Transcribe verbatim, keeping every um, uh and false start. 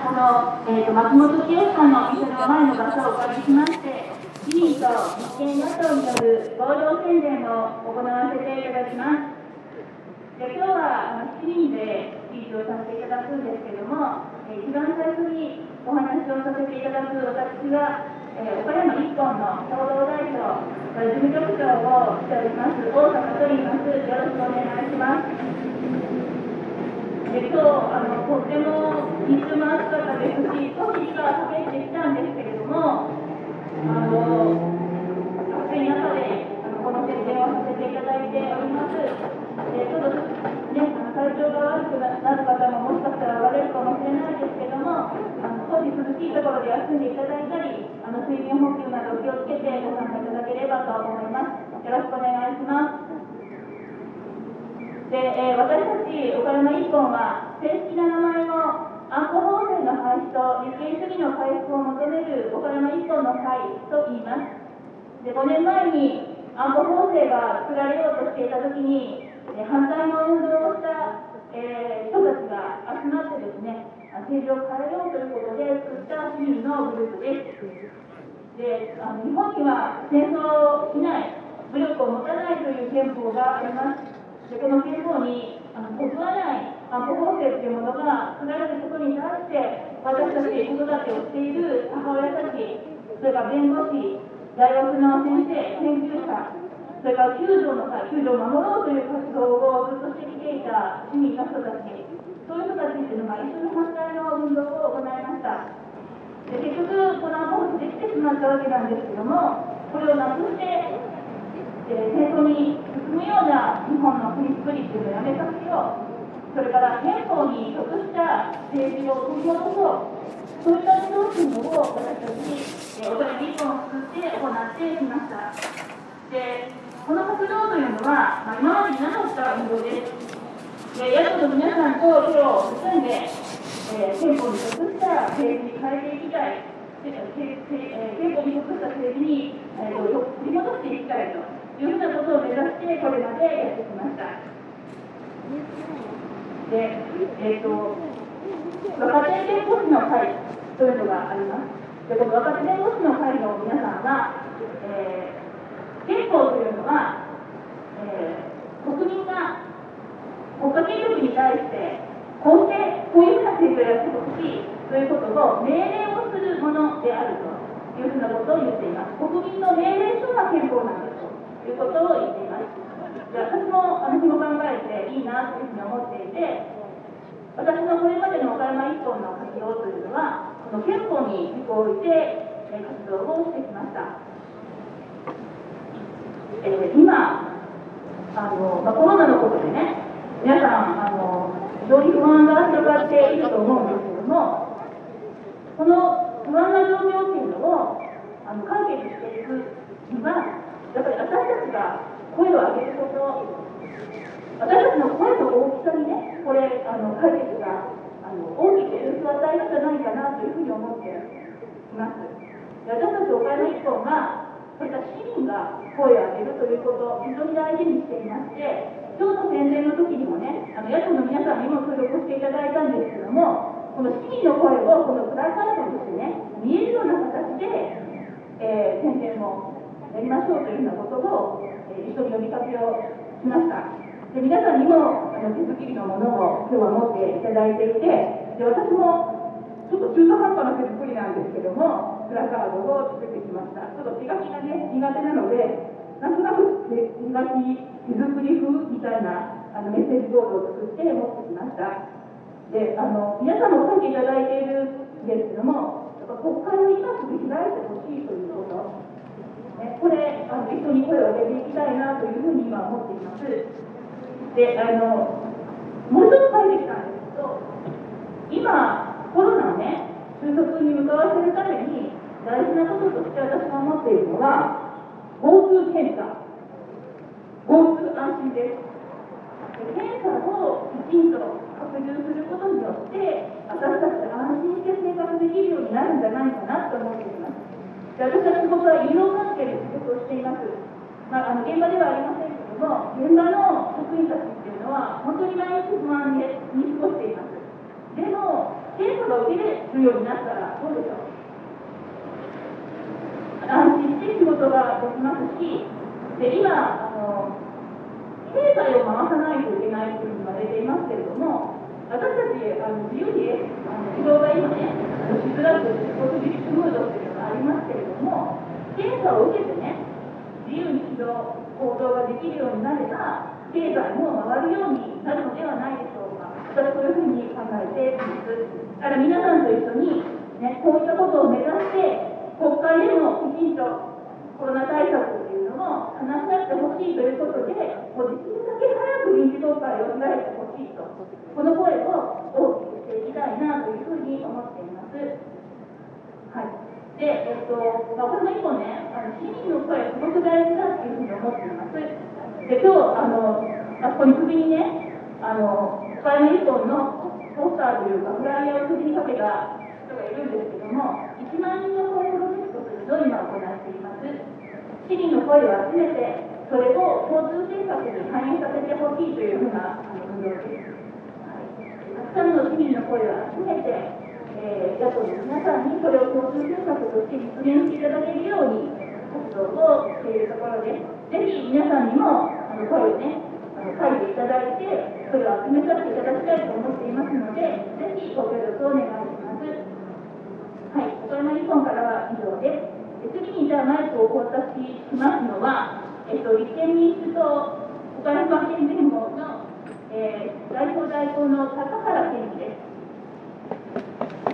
この、えー、と松本清さんのお店の前の場所をお借りしまして、自民と立憲野党による合同宣伝を行わせていただきます。で今日はあのしちにんでスピーチをさせていただくんですけれども、えー、一番最初にお話をさせていただく私は、えー、岡山一本の共同代表、事務局長をしております大阪と言います。よろしくお願いします。で今日あのとっても日中も暑かったですし、少し日が陰ってきたんですけれども、あの暑い中であのこの宣伝をさせていただいております。でちょっとね、あの体調が悪くなる方ももしかしたらおられるかもしれないですけども、あの少し涼しいところで休んでいただいたり、あの水分補給など気をつけてご参加いただければと思います。よろしくお願いします。でえー、私たち岡山一本は正式な名前を安保法制の廃止と立憲主義の回復を求める岡山一本の会と言います。でごねんまえに安保法制が作られようとしていたときに、えー、反対の運動をした、えー、人たちが集まってですね、政治を変えようということで作った市民のグループです。であの日本には戦争をしない、武力を持たないという憲法があります。でこの憲法にあのそぐわない安保法制というものが作られることに対して、私たち子育てをしている母親たち、それから弁護士、大学の先生、研究者、それから救助の会、救助を守ろうという活動をずっとしてきていた市民の人たち、そういう人たちっていうのが一緒に反対の運動を行いました。で結局、この安保法制できてしまったわけなんですけども、これをなくして、えー、戦争に進むような日本の国作りっていうのをやめさせよう、それから憲法に即した政治を取り戻そう、そういった運動というのを私たち、えー、岡山一本を作って行ってきました。でこの活動というのは、まあ、今までになかった運動です。で野党の皆さんと手を結んで、えー、憲法に即した政治に変えていきたい、憲法に即した政治に、えー、取り戻していきたいというふうなことを目指してこれまでやってきました。で、えーと、若手弁護士の会というのがあります。でこの若手弁護士の会の皆さんは、えー、憲法というのは、えー、国民が国家権力に対してこうしてこういうふうな政治をやってほしいということを命令をするものであるというふうなことを言っています。国民の命令書が憲法なんですということを言っています。で私もあの日も考えていいなというふうに思っていて、私のこれまでの岡山一本の活動というのは、この憲法に軸を置いて活動をしてきました。えー、今あの、まあ、コロナのことでね、皆さんあの非常に不安が広がっていると思うんですけども、この不安な状況っていうのをあの解決していくには、やっぱり私たちが声を上げること、私たちの声の大きさにね、これあの解決があの大きく影響を与えるんじゃないかなというふうに思っています。で私たち岡山一本が、そういった市民が声を上げるということを非常に大事にしていまして、今日の宣伝の時にもね、あの野党の皆さんにも協力していただいたんですけども、この市民の声をこのプラカードとしてね、見えるような形で、えー、宣伝をやりましょうというようなことを、えー、一緒に呼びかけをしました。で皆さんにもあの手作りのものを今日は持っていただいていて、で私もちょっと中途半端な手作りなんですけども、プラカードを作ってきました。ちょっと手書きがね、苦手なので、なんとなく手書き、手作り風みたいなあのメッセージボードを作って持ってきました。であの皆さんも書いていただいているんですけども、やっぱ国会を今すぐ開いてほしいということ、ね、これあの一緒に声を上げていきたいなというふうに今思っています。であのもう一つ書いてきたんですけど、今コロナをね収束に向かわせるために大事なこととして私が思っているのは GoTo 検査、 GoTo 安心です。検査をきちんと拡充することによって私たちが安心して生活できるようになるんじゃないかなと思っています。で私は仕事は医療関係で仕事をしています。まあ、あの現場ではありませんけども、現場の職員たちっていうのは本当に毎日不安に過ごしています。でも検査がを受けるようになったらどうでしょう。安心して仕事ができますし、で今あの、経済を回さないといけないというのが出ていますけれども、私たちあの自由にあの移動が今ね、しづらく自己自粛ムードというのがありますけれども、検査を受けてね、自由に移動、行動ができるようになれば、経済も回るようになるのではないでしょうか。私はそういうふうに考えています。だから皆さんと一緒に、ね、こういったことを目指して、国会でもきちんとコロナ対策というのも話し合ってほしいということで、もうできるだけ早く臨時国会を開いてほしいと、この声を大きくしていきたいなというふうに思っています。はい。で、えっと、まあ、これも一本ね、あの市民の声、すごく大事だというふうに思っています。で、今日、あの、あそこに首にね、あの、岡山一本のポスターというか、フライヤーを首にかけた人がいるんですけども、いちまんにんの声プロジェクトというのを今行っています。市民の声を集めて、それを交通政策に反映させてほしいというふうな運動です。はい、たくさんの市民の声を集めて、えー、野党の皆さんにそれを交通政策として実現していただけるように活動をしているところです。ぜひ皆さんにもあの声をね、あの書いていただいて、それを集めさせていただきたいと思っていますので、ぜひご協力をお願いします。はい、岡山日本からは以上です。次にじゃあマイクをお渡ししますのは、えっと、立憲民主党岡山県連合の、えー、代表代行の高原健二です。